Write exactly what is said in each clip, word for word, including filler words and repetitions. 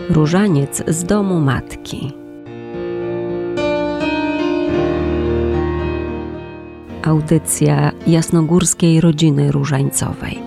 Różaniec z domu matki. Audycja jasnogórskiej rodziny różańcowej.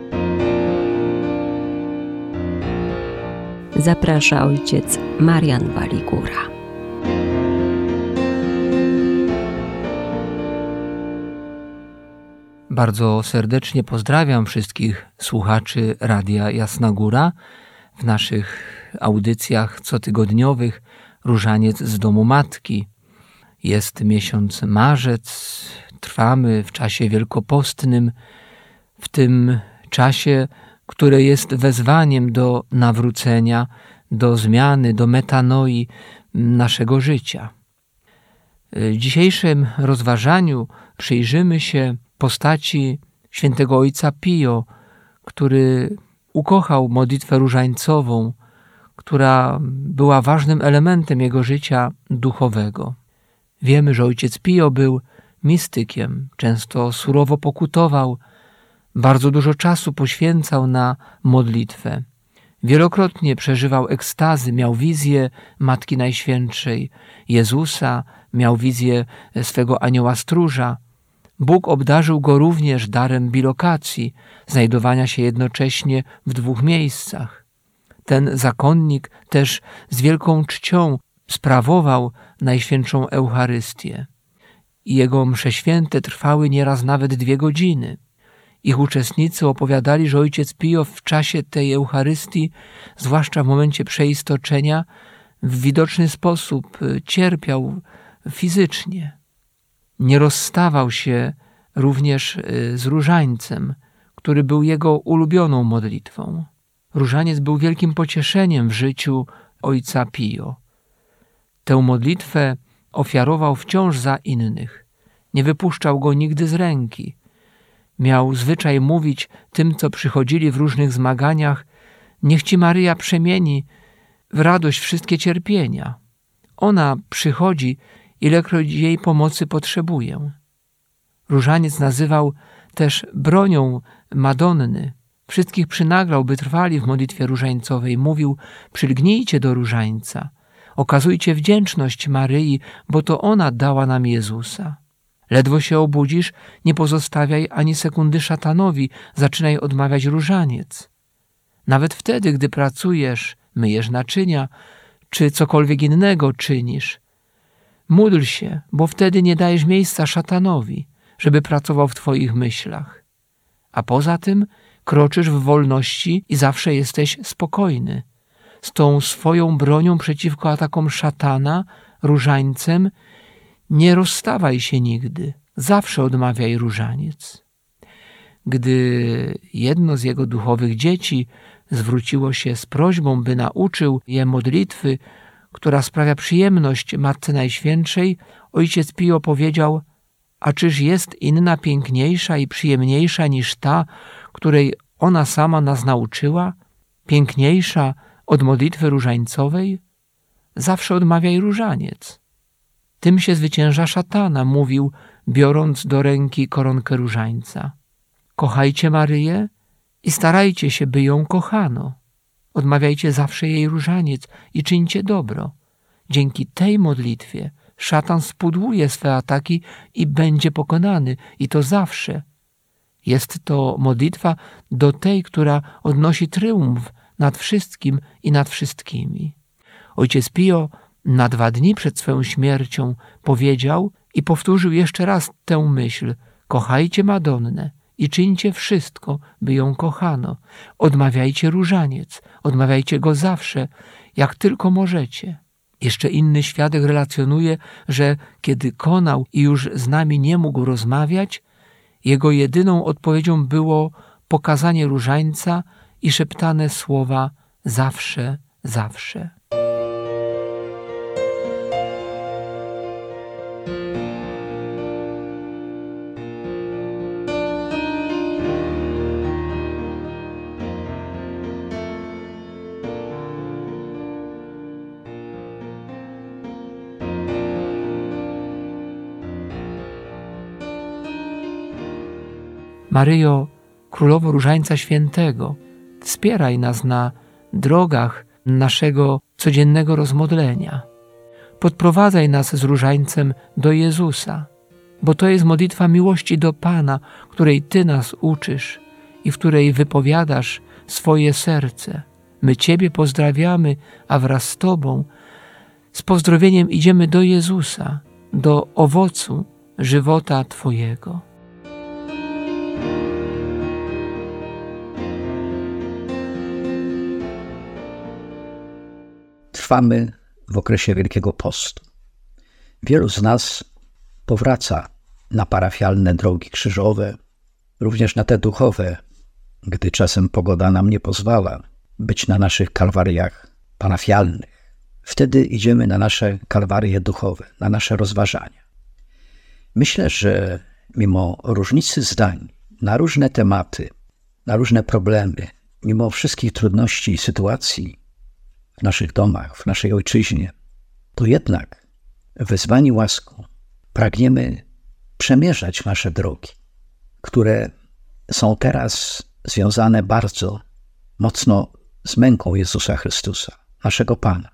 Zaprasza ojciec Marian Waligura. Bardzo serdecznie pozdrawiam wszystkich słuchaczy Radia Jasna Góra w naszych audycjach cotygodniowych Różaniec z domu matki. Jest miesiąc marzec, trwamy w czasie wielkopostnym, w tym czasie, które jest wezwaniem do nawrócenia, do zmiany, do metanoi naszego życia. W dzisiejszym rozważaniu przyjrzymy się postaci świętego ojca Pio, który ukochał modlitwę różańcową, która była ważnym elementem jego życia duchowego. Wiemy, że ojciec Pio był mistykiem, często surowo pokutował, bardzo dużo czasu poświęcał na modlitwę. Wielokrotnie przeżywał ekstazy, miał wizję Matki Najświętszej, Jezusa, miał wizję swego anioła stróża. Bóg obdarzył go również darem bilokacji, znajdowania się jednocześnie w dwóch miejscach. Ten zakonnik też z wielką czcią sprawował Najświętszą Eucharystię. I jego msze święte trwały nieraz nawet dwie godziny. Ich uczestnicy opowiadali, że ojciec Pio w czasie tej Eucharystii, zwłaszcza w momencie przeistoczenia, w widoczny sposób cierpiał fizycznie. Nie rozstawał się również z różańcem, który był jego ulubioną modlitwą. Różaniec był wielkim pocieszeniem w życiu ojca Pio. Tę modlitwę ofiarował wciąż za innych. Nie wypuszczał go nigdy z ręki. Miał zwyczaj mówić tym, co przychodzili w różnych zmaganiach: niech Ci Maryja przemieni w radość wszystkie cierpienia. Ona przychodzi, ilekroć jej pomocy potrzebuję. Różaniec nazywał też bronią Madonny. Wszystkich przynaglał, by trwali w modlitwie różańcowej. Mówił: przylgnijcie do różańca, okazujcie wdzięczność Maryi, bo to ona dała nam Jezusa. Ledwo się obudzisz, nie pozostawiaj ani sekundy szatanowi, zaczynaj odmawiać różaniec. Nawet wtedy, gdy pracujesz, myjesz naczynia, czy cokolwiek innego czynisz, módl się, bo wtedy nie dajesz miejsca szatanowi, żeby pracował w twoich myślach. A poza tym kroczysz w wolności i zawsze jesteś spokojny. Z tą swoją bronią przeciwko atakom szatana, różańcem, nie rozstawaj się nigdy. Zawsze odmawiaj różaniec. Gdy jedno z jego duchowych dzieci zwróciło się z prośbą, by nauczył je modlitwy, która sprawia przyjemność Matce Najświętszej, ojciec Pio powiedział: a czyż jest inna piękniejsza i przyjemniejsza niż ta, której ona sama nas nauczyła? Piękniejsza od modlitwy różańcowej? Zawsze odmawiaj różaniec. Tym się zwycięża szatana, mówił, biorąc do ręki koronkę różańca. Kochajcie Maryję i starajcie się, by ją kochano. Odmawiajcie zawsze jej różaniec i czyńcie dobro. Dzięki tej modlitwie szatan spudłuje swe ataki i będzie pokonany, i to zawsze. Jest to modlitwa do tej, która odnosi tryumf nad wszystkim i nad wszystkimi. Ojciec Pio na dwa dni przed swoją śmiercią powiedział i powtórzył jeszcze raz tę myśl: kochajcie Madonnę i czyńcie wszystko, by ją kochano. Odmawiajcie różaniec, odmawiajcie go zawsze, jak tylko możecie. Jeszcze inny świadek relacjonuje, że kiedy konał i już z nami nie mógł rozmawiać, jego jedyną odpowiedzią było pokazanie różańca i szeptane słowa: zawsze, zawsze. Maryjo, Królowo Różańca Świętego, wspieraj nas na drogach naszego codziennego rozmodlenia. Podprowadzaj nas z różańcem do Jezusa, bo to jest modlitwa miłości do Pana, której Ty nas uczysz i w której wypowiadasz swoje serce. My Ciebie pozdrawiamy, a wraz z Tobą z pozdrowieniem idziemy do Jezusa, do owocu żywota Twojego. Trwamy w okresie Wielkiego Postu. Wielu z nas powraca na parafialne drogi krzyżowe, również na te duchowe, gdy czasem pogoda nam nie pozwala być na naszych kalwariach parafialnych. Wtedy idziemy na nasze kalwarie duchowe, na nasze rozważania. Myślę, że mimo różnicy zdań na różne tematy, na różne problemy, mimo wszystkich trudności i sytuacji w naszych domach, w naszej ojczyźnie, to jednak wezwani łaską pragniemy przemierzać nasze drogi, które są teraz związane bardzo mocno z męką Jezusa Chrystusa, naszego Pana.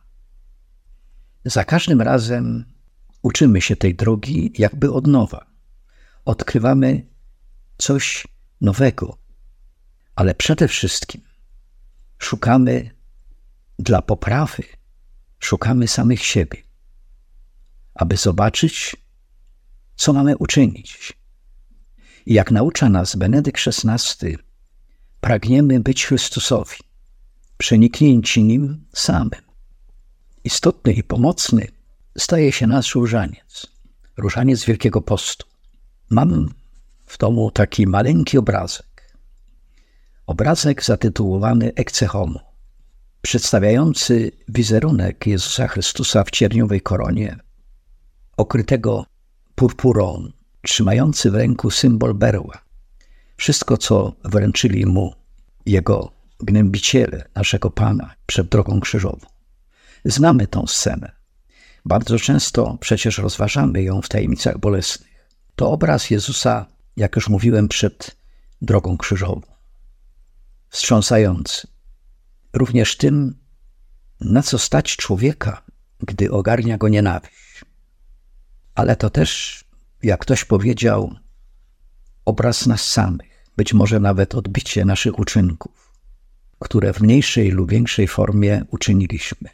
Za każdym razem uczymy się tej drogi jakby od nowa. Odkrywamy coś nowego, ale przede wszystkim szukamy dla poprawy, szukamy samych siebie, aby zobaczyć, co mamy uczynić. I jak naucza nas Benedykt szesnasty, pragniemy być Chrystusowi, przeniknięci Nim samym. Istotny i pomocny staje się nasz różaniec, różaniec Wielkiego Postu. Mam w domu taki maleńki obrazek. Obrazek zatytułowany Ecce Homo, przedstawiający wizerunek Jezusa Chrystusa w cierniowej koronie, okrytego purpurą, trzymający w ręku symbol berła. Wszystko, co wręczyli mu jego gnębiciele, naszego Pana, przed drogą krzyżową. Znamy tą scenę. Bardzo często przecież rozważamy ją w tajemnicach bolesnych. To obraz Jezusa, jak już mówiłem, przed drogą krzyżową. Wstrząsający. Również tym, na co stać człowieka, gdy ogarnia go nienawiść. Ale to też, jak ktoś powiedział, obraz nas samych, być może nawet odbicie naszych uczynków, które w mniejszej lub większej formie uczyniliśmy.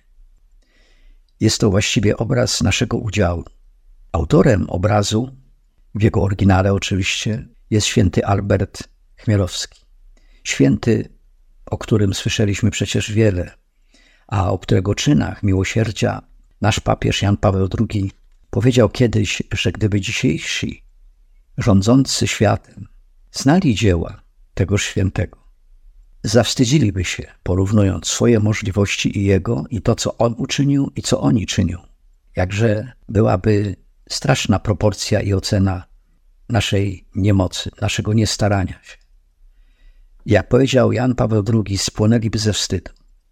Jest to właściwie obraz naszego udziału. Autorem obrazu, w jego oryginale oczywiście, jest święty Albert Chmielowski. Święty, o którym słyszeliśmy przecież wiele, a o którego czynach miłosierdzia nasz papież Jan Paweł drugi powiedział kiedyś, że gdyby dzisiejsi rządzący światem znali dzieła tegoż świętego, zawstydziliby się, porównując swoje możliwości i jego, i to, co on uczynił, i co oni czynią. Jakże byłaby straszna proporcja i ocena naszej niemocy, naszego niestarania się. Jak powiedział Jan Paweł drugi, spłonęliby ze wstydu.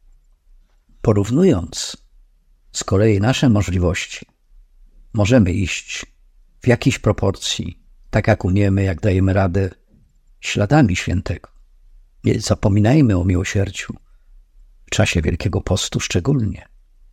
Porównując z kolei nasze możliwości, możemy iść w jakiejś proporcji, tak jak umiemy, jak dajemy radę, śladami świętego. Nie zapominajmy o miłosierdziu w czasie Wielkiego Postu szczególnie.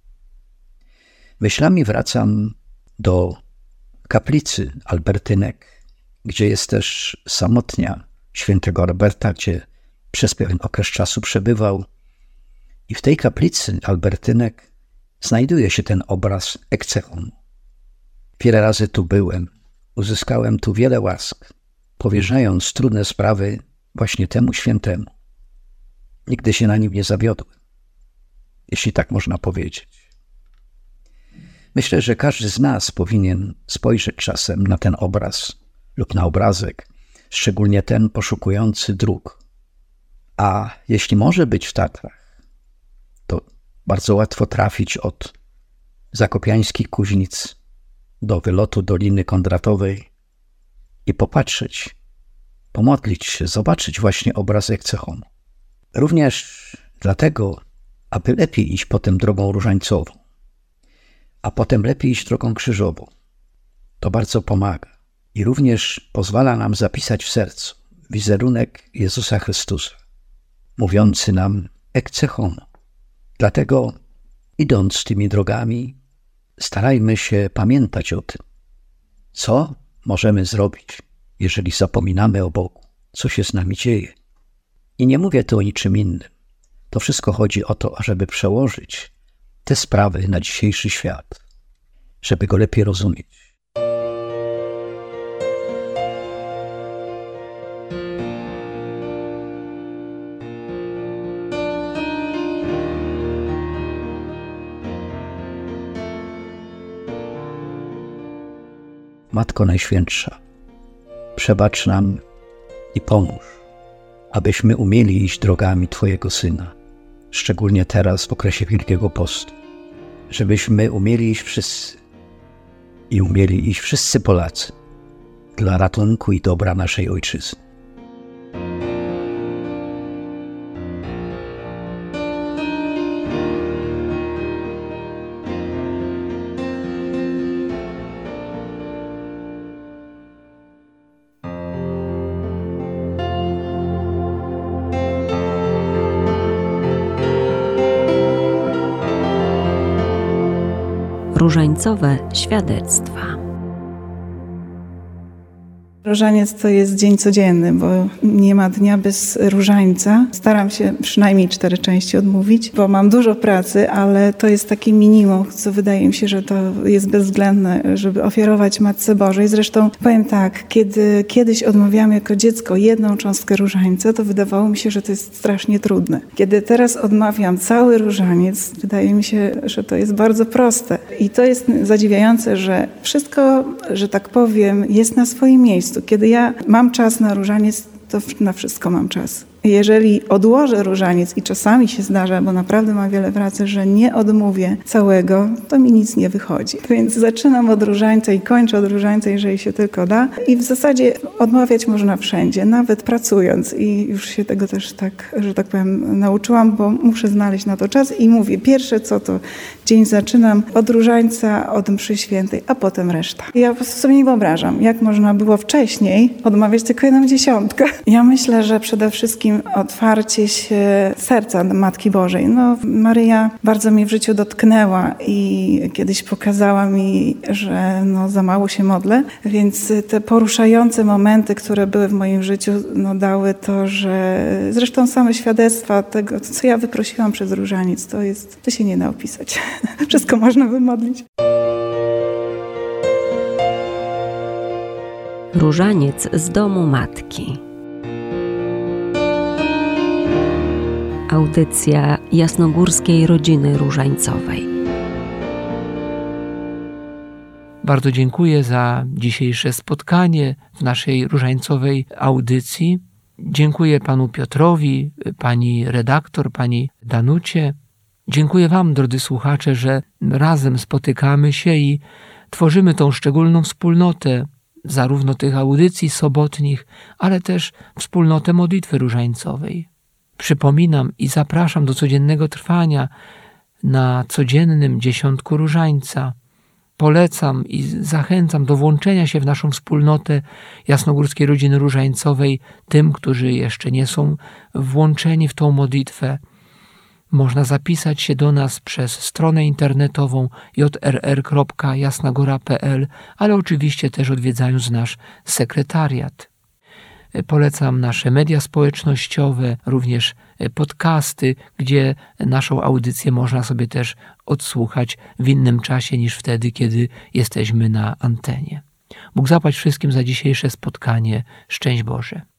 Myślami wracam do kaplicy Albertynek, gdzie jest też samotnia świętego Alberta, gdzie przez pewien okres czasu przebywał. I w tej kaplicy Albertynek znajduje się ten obraz Ecce Homo. Wiele razy tu byłem, uzyskałem tu wiele łask, powierzając trudne sprawy właśnie temu świętemu. Nigdy się na nim nie zawiodłem, jeśli tak można powiedzieć. Myślę, że każdy z nas powinien spojrzeć czasem na ten obraz lub na obrazek, szczególnie ten poszukujący dróg. A jeśli może być w Tatrach, to bardzo łatwo trafić od zakopiańskich Kuźnic do wylotu Doliny Kondratowej i popatrzeć, pomodlić się, zobaczyć właśnie obraz Ecce Homo. Również dlatego, aby lepiej iść potem drogą różańcową, a potem lepiej iść drogą krzyżową. To bardzo pomaga i również pozwala nam zapisać w sercu wizerunek Jezusa Chrystusa, mówiący nam Ecce Homo. Dlatego, idąc tymi drogami, starajmy się pamiętać o tym, co możemy zrobić, jeżeli zapominamy o Bogu, co się z nami dzieje. I nie mówię tu o niczym innym. To wszystko chodzi o to, ażeby przełożyć te sprawy na dzisiejszy świat, żeby go lepiej rozumieć. Matko Najświętsza, przebacz nam i pomóż, abyśmy umieli iść drogami Twojego Syna, szczególnie teraz w okresie Wielkiego Postu, żebyśmy umieli iść wszyscy i umieli iść wszyscy Polacy dla ratunku i dobra naszej Ojczyzny. Różańcowe świadectwa. Różaniec to jest dzień codzienny, bo nie ma dnia bez różańca. Staram się przynajmniej cztery części odmówić, bo mam dużo pracy, ale to jest takie minimum, co wydaje mi się, że to jest bezwzględne, żeby ofiarować Matce Bożej. Zresztą powiem tak, kiedy kiedyś odmawiałam jako dziecko jedną cząstkę różańca, to wydawało mi się, że to jest strasznie trudne. Kiedy teraz odmawiam cały różaniec, wydaje mi się, że to jest bardzo proste. I to jest zadziwiające, że wszystko, że tak powiem, jest na swoim miejscu. Kiedy ja mam czas na różaniec, to na wszystko mam czas. Jeżeli odłożę różaniec i czasami się zdarza, bo naprawdę mam wiele pracy, że nie odmówię całego, to mi nic nie wychodzi. Więc zaczynam od różańca i kończę od różańca, jeżeli się tylko da. I w zasadzie odmawiać można wszędzie, nawet pracując. I już się tego też tak, że tak powiem, nauczyłam, bo muszę znaleźć na to czas. I mówię, pierwsze co to dzień zaczynam od różańca, od mszy świętej, a potem reszta. Ja po prostu sobie nie wyobrażam, jak można było wcześniej odmawiać tylko jedną dziesiątkę. Ja myślę, że przede wszystkim otwarcie się serca Matki Bożej. No, Maryja bardzo mnie w życiu dotknęła i kiedyś pokazała mi, że no, za mało się modlę, więc te poruszające momenty, które były w moim życiu, no, dały to, że zresztą same świadectwa tego, co ja wyprosiłam przez różaniec, to jest, to się nie da opisać. Wszystko można wymodlić. Różaniec z domu matki. Audycja Jasnogórskiej Rodziny Różańcowej. Bardzo dziękuję za dzisiejsze spotkanie w naszej różańcowej audycji. Dziękuję panu Piotrowi, pani redaktor, pani Danucie. Dziękuję wam, drodzy słuchacze, że razem spotykamy się i tworzymy tą szczególną wspólnotę zarówno tych audycji sobotnich, ale też wspólnotę modlitwy różańcowej. Przypominam i zapraszam do codziennego trwania na codziennym dziesiątku różańca. Polecam i zachęcam do włączenia się w naszą wspólnotę Jasnogórskiej Rodziny Różańcowej tym, którzy jeszcze nie są włączeni w tą modlitwę. Można zapisać się do nas przez stronę internetową j r r kropka jasnagora kropka p l, ale oczywiście też odwiedzając nasz sekretariat. Polecam nasze media społecznościowe, również podcasty, gdzie naszą audycję można sobie też odsłuchać w innym czasie niż wtedy, kiedy jesteśmy na antenie. Bóg zapłać wszystkim za dzisiejsze spotkanie. Szczęść Boże.